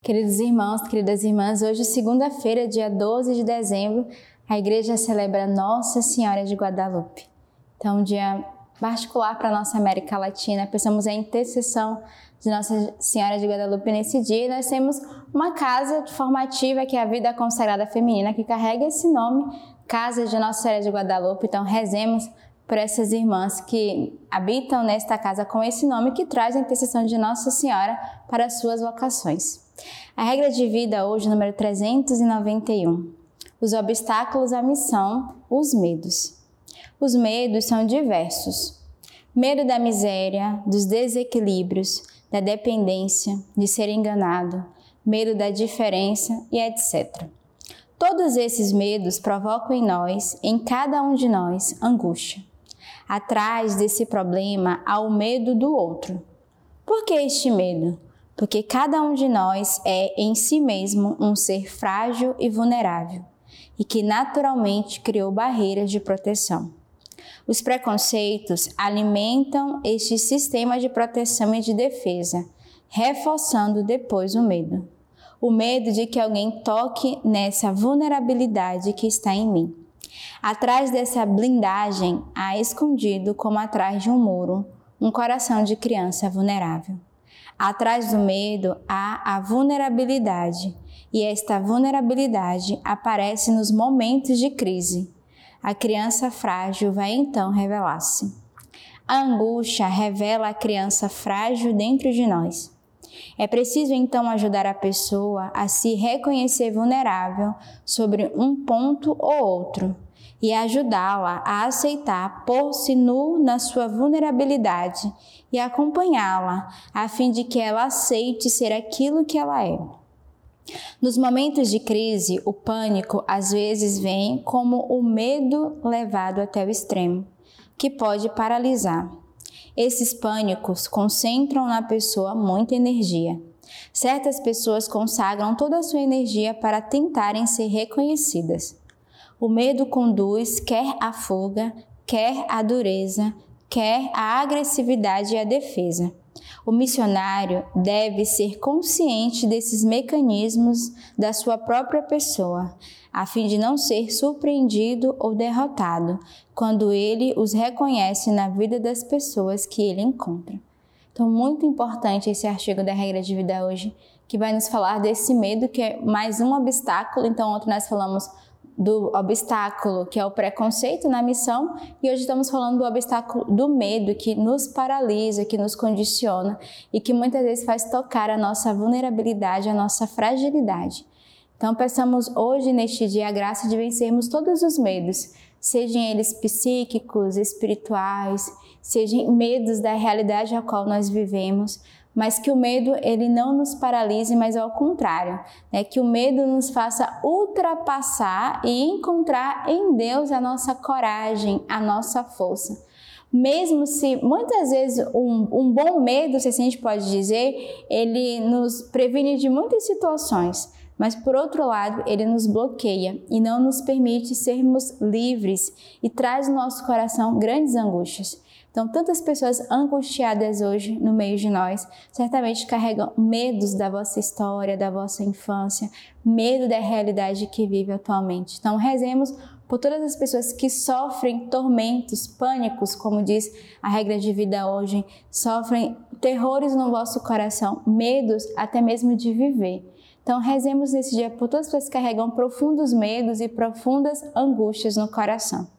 Queridos irmãos, queridas irmãs, hoje, segunda-feira, dia 12 de dezembro, a igreja celebra Nossa Senhora de Guadalupe. Então, um dia particular para a nossa América Latina, pensamos em intercessão de Nossa Senhora de Guadalupe nesse dia. E nós temos uma casa formativa, que é a Vida Consagrada Feminina, que carrega esse nome, Casa de Nossa Senhora de Guadalupe. Então, rezemos por essas irmãs que habitam nesta casa com esse nome, que traz a intercessão de Nossa Senhora para as suas vocações. A regra de vida hoje, número 391. Os obstáculos à missão, os medos. Os medos são diversos. Medo da miséria, dos desequilíbrios, da dependência, de ser enganado, medo da diferença e etc. Todos esses medos provocam em nós, em cada um de nós, angústia. Atrás desse problema há o medo do outro. Por que este medo? Porque cada um de nós é em si mesmo um ser frágil e vulnerável e que naturalmente criou barreiras de proteção. Os preconceitos alimentam este sistema de proteção e de defesa, reforçando depois o medo. O medo de que alguém toque nessa vulnerabilidade que está em mim. Atrás dessa blindagem há escondido, como atrás de um muro, um coração de criança vulnerável. Atrás do medo há a vulnerabilidade, e esta vulnerabilidade aparece nos momentos de crise. A criança frágil vai então revelar-se. A angústia revela a criança frágil dentro de nós. É preciso então ajudar a pessoa a se reconhecer vulnerável sobre um ponto ou outro e ajudá-la a aceitar pôr-se nu na sua vulnerabilidade e acompanhá-la a fim de que ela aceite ser aquilo que ela é. Nos momentos de crise, o pânico às vezes vem como o medo levado até o extremo, que pode paralisar. Esses pânicos concentram na pessoa muita energia. Certas pessoas consagram toda a sua energia para tentarem ser reconhecidas. O medo conduz quer à fuga, quer à dureza, quer à agressividade e à defesa. O missionário deve ser consciente desses mecanismos da sua própria pessoa, a fim de não ser surpreendido ou derrotado quando ele os reconhece na vida das pessoas que ele encontra. Então, muito importante esse artigo da regra de vida hoje, que vai nos falar desse medo, que é mais um obstáculo. Então, ontem nós falamos do obstáculo, que é o preconceito na missão, e hoje estamos falando do obstáculo do medo, que nos paralisa, que nos condiciona e que muitas vezes faz tocar a nossa vulnerabilidade, a nossa fragilidade. Então, peçamos hoje, neste dia, a graça de vencermos todos os medos, sejam eles psíquicos, espirituais, sejam medos da realidade a qual nós vivemos, mas que o medo ele não nos paralise, mas ao contrário, que o medo nos faça ultrapassar e encontrar em Deus a nossa coragem, a nossa força. Mesmo se muitas vezes um bom medo, se assim a gente pode dizer, ele nos previne de muitas situações, mas por outro lado, ele nos bloqueia e não nos permite sermos livres e traz no nosso coração grandes angústias. Então, tantas pessoas angustiadas hoje no meio de nós, certamente carregam medos da vossa história, da vossa infância, medo da realidade que vive atualmente. Então, rezemos por todas as pessoas que sofrem tormentos, pânicos, como diz a regra de vida hoje, sofrem terrores no vosso coração, medos até mesmo de viver. Então, rezemos nesse dia por todas as pessoas que carregam profundos medos e profundas angústias no coração.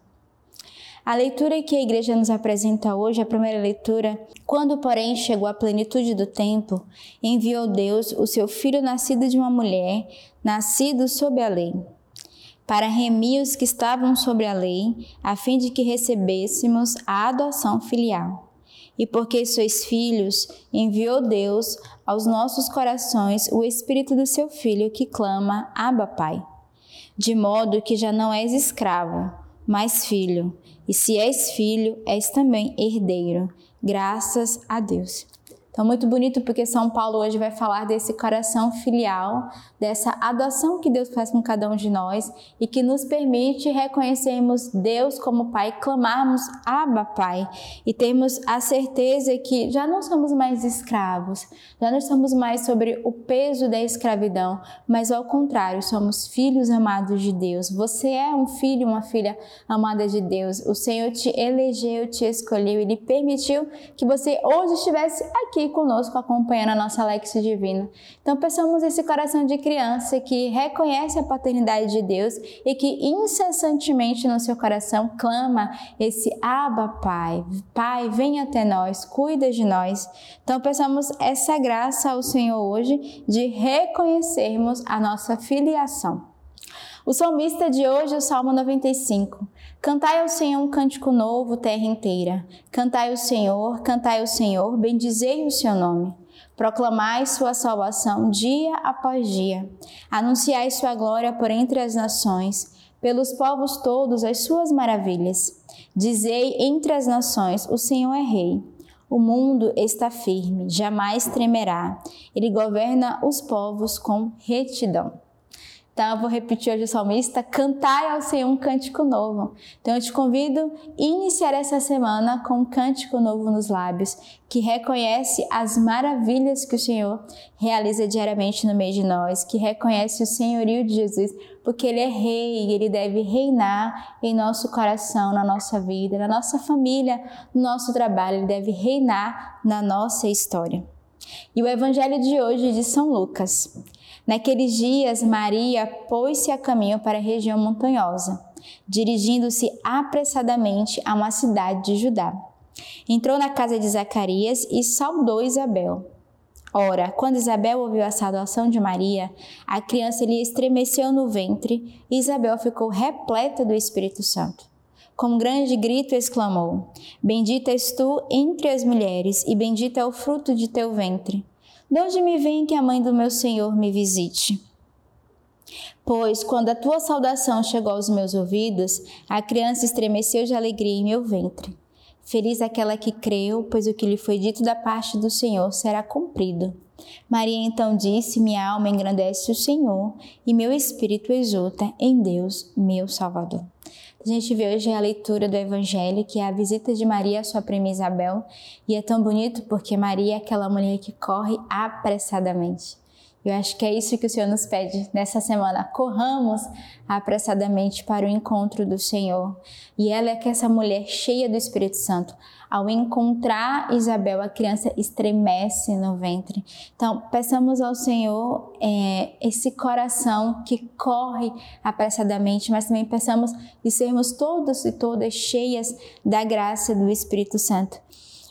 A leitura que a igreja nos apresenta hoje, a primeira leitura, quando, porém, chegou a plenitude do tempo, enviou Deus o seu Filho nascido de uma mulher, nascido sob a lei, para remir os que estavam sobre a lei, a fim de que recebêssemos a adoção filial. E porque sois filhos, enviou Deus aos nossos corações o Espírito do seu Filho que clama, Abba, Pai. De modo que já não és escravo, mas filho, e se és filho, és também herdeiro, graças a Deus. Então, muito bonito porque São Paulo hoje vai falar desse coração filial, dessa adoção que Deus faz com cada um de nós e que nos permite reconhecermos Deus como Pai, clamarmos Abba, Pai, e termos a certeza que já não somos mais escravos, já não estamos mais sobre o peso da escravidão, mas ao contrário, somos filhos amados de Deus. Você é um filho, uma filha amada de Deus. O Senhor te elegeu, te escolheu, Ele permitiu que você hoje estivesse aqui conosco acompanhando a nossa Lexio Divina. Então peçamos esse coração de criança que reconhece a paternidade de Deus e que incessantemente no seu coração clama esse Abba, Pai. Pai, vem até nós, cuida de nós. Então peçamos essa graça ao Senhor hoje de reconhecermos a nossa filiação. O salmista de hoje é o Salmo 95. Cantai ao Senhor um cântico novo, terra inteira. Cantai ao Senhor, bendizei o seu nome. Proclamai sua salvação dia após dia. Anunciai sua glória por entre as nações, pelos povos todos as suas maravilhas. Dizei entre as nações, o Senhor é rei. O mundo está firme, jamais tremerá. Ele governa os povos com retidão. Então, eu vou repetir hoje o salmista, cantai ao Senhor um cântico novo. Então, eu te convido a iniciar essa semana com um cântico novo nos lábios, que reconhece as maravilhas que o Senhor realiza diariamente no meio de nós, que reconhece o senhorio de Jesus, porque Ele é rei e Ele deve reinar em nosso coração, na nossa vida, na nossa família, no nosso trabalho. Ele deve reinar na nossa história. E o evangelho de hoje é de São Lucas. Naqueles dias, Maria pôs-se a caminho para a região montanhosa, dirigindo-se apressadamente a uma cidade de Judá. Entrou na casa de Zacarias e saudou Isabel. Ora, quando Isabel ouviu a saudação de Maria, a criança lhe estremeceu no ventre e Isabel ficou repleta do Espírito Santo. Com um grande grito exclamou: Bendita és tu entre as mulheres e bendito é o fruto de teu ventre. De onde me vem que a mãe do meu Senhor me visite? Pois, quando a tua saudação chegou aos meus ouvidos, a criança estremeceu de alegria em meu ventre. Feliz aquela que creu, pois o que lhe foi dito da parte do Senhor será cumprido. Maria então disse: Minha alma engrandece o Senhor, e meu espírito exulta em Deus, meu Salvador. A gente vê hoje a leitura do Evangelho, que é a visita de Maria à sua prima Isabel, e é tão bonito porque Maria é aquela mulher que corre apressadamente. Eu acho que é isso que o Senhor nos pede nessa semana. Corramos apressadamente para o encontro do Senhor. E ela é que essa mulher cheia do Espírito Santo. Ao encontrar Isabel, a criança estremece no ventre. Então, peçamos ao Senhor esse coração que corre apressadamente, mas também peçamos de sermos todos e todas cheias da graça do Espírito Santo.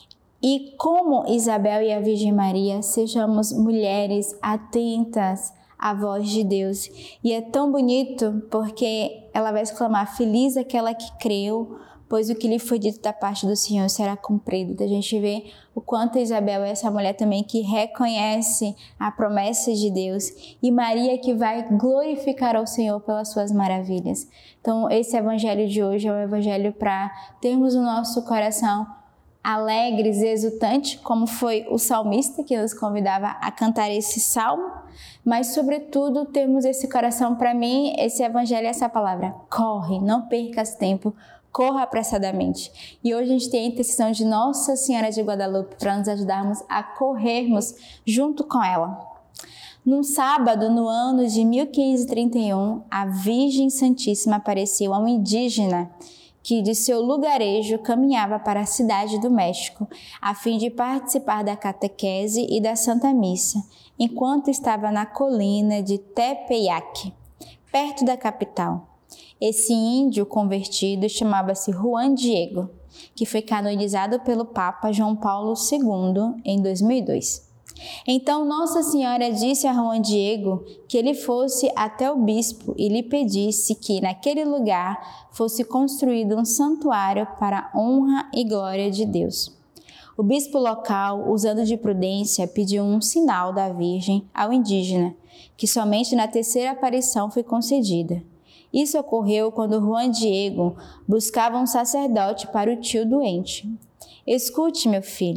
E como Isabel e a Virgem Maria, sejamos mulheres atentas à voz de Deus. E é tão bonito porque ela vai exclamar: Feliz aquela que creu, pois o que lhe foi dito da parte do Senhor será cumprido. A gente vê o quanto Isabel é essa mulher também que reconhece a promessa de Deus, e Maria que vai glorificar ao Senhor pelas suas maravilhas. Então esse evangelho de hoje é um evangelho para termos o nosso coração alegres e exultantes, como foi o salmista que nos convidava a cantar esse salmo, mas sobretudo termos esse coração. Para mim, esse evangelho é essa palavra: corre, não percas tempo, corra apressadamente. E hoje a gente tem a intercessão de Nossa Senhora de Guadalupe para nos ajudarmos a corrermos junto com ela. Num sábado, no ano de 1531, a Virgem Santíssima apareceu a um indígena que de seu lugarejo caminhava para a cidade do México, a fim de participar da catequese e da Santa Missa, enquanto estava na colina de Tepeyac, perto da capital. Esse índio convertido chamava-se Juan Diego, que foi canonizado pelo Papa João Paulo II em 2002. Então Nossa Senhora disse a Juan Diego que ele fosse até o bispo e lhe pedisse que naquele lugar fosse construído um santuário para a honra e glória de Deus. O bispo local, usando de prudência, pediu um sinal da Virgem ao indígena, que somente na terceira aparição foi concedida. Isso ocorreu quando Juan Diego buscava um sacerdote para o tio doente. Escute, meu filho,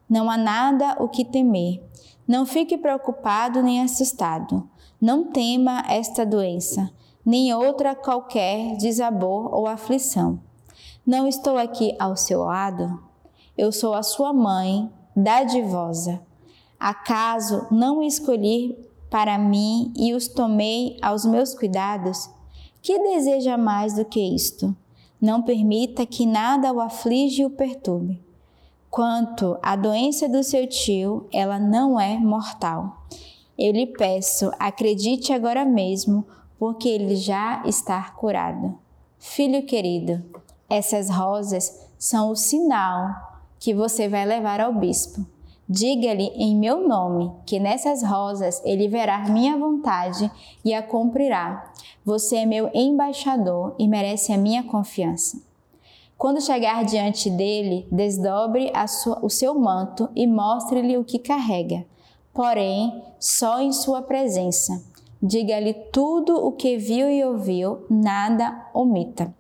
Não há nada o que temer. Não fique preocupado nem assustado. Não tema esta doença, nem outra qualquer de sabor ou aflição. Não estou aqui ao seu lado? Eu sou a sua mãe, dadivosa. Acaso não escolhi para mim e os tomei aos meus cuidados? Que deseja mais do que isto? Não permita que nada o aflige e o perturbe. Quanto à doença do seu tio, ela não é mortal. Eu lhe peço, acredite agora mesmo, porque ele já está curado. Filho querido, essas rosas são o sinal que você vai levar ao bispo. Diga-lhe em meu nome que nessas rosas ele verá minha vontade e a cumprirá. Você é meu embaixador e merece a minha confiança. Quando chegar diante dele, desdobre o seu manto e mostre-lhe o que carrega. Porém, só em sua presença. Diga-lhe tudo o que viu e ouviu, nada omita.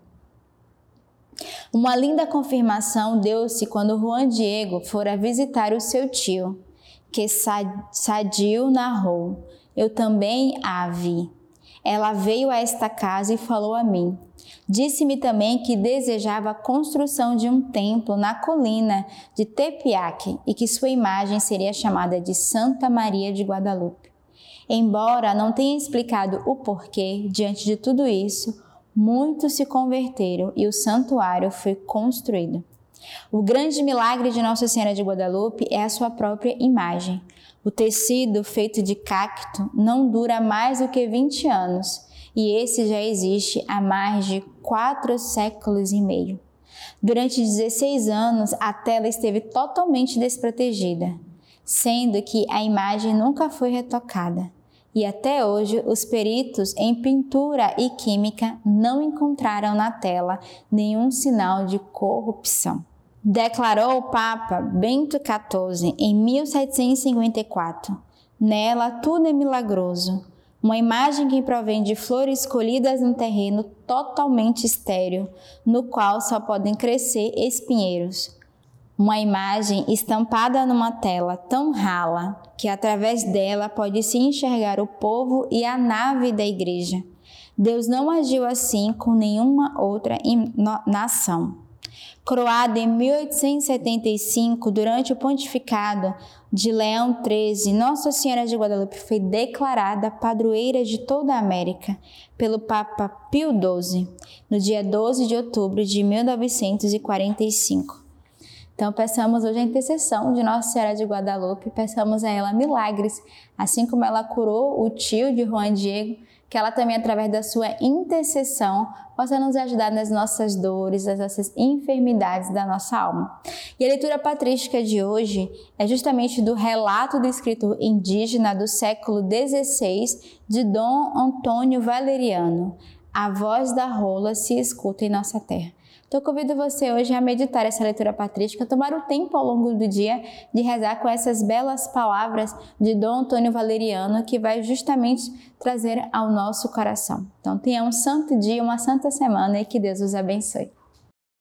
Uma linda confirmação deu-se quando Juan Diego fora visitar o seu tio, que Sadio narrou. Eu também a vi. Ela veio a esta casa e falou a mim. Disse-me também que desejava a construção de um templo na colina de Tepeyac e que sua imagem seria chamada de Santa Maria de Guadalupe. Embora não tenha explicado o porquê, diante de tudo isso, muitos se converteram e o santuário foi construído. O grande milagre de Nossa Senhora de Guadalupe é a sua própria imagem. O tecido feito de cacto não dura mais do que 20 anos e esse já existe há mais de 4 séculos e meio. Durante 16 anos, a tela esteve totalmente desprotegida, sendo que a imagem nunca foi retocada. E até hoje, os peritos em pintura e química não encontraram na tela nenhum sinal de corrupção. Declarou o Papa Bento XIV em 1754. Nela tudo é milagroso. Uma imagem que provém de flores colhidas num terreno totalmente estéril, no qual só podem crescer espinheiros. Uma imagem estampada numa tela tão rala que através dela pode-se enxergar o povo e a nave da igreja. Deus não agiu assim com nenhuma outra nação. Croada em 1875, durante o pontificado de Leão XIII, Nossa Senhora de Guadalupe foi declarada padroeira de toda a América pelo Papa Pio XII, no dia 12 de outubro de 1945. Então, peçamos hoje a intercessão de Nossa Senhora de Guadalupe, peçamos a ela milagres, assim como ela curou o tio de Juan Diego, que ela também, através da sua intercessão, possa nos ajudar nas nossas dores, nas nossas enfermidades da nossa alma. E a leitura patrística de hoje é justamente do relato do escritor indígena do século XVI, de Dom Antônio Valeriano. A voz da rola se escuta em nossa terra. Então, convido você hoje a meditar essa leitura patrística, tomar o tempo ao longo do dia de rezar com essas belas palavras de Dom Antônio Valeriano, que vai justamente trazer ao nosso coração. Então, tenha um santo dia, uma santa semana e que Deus os abençoe.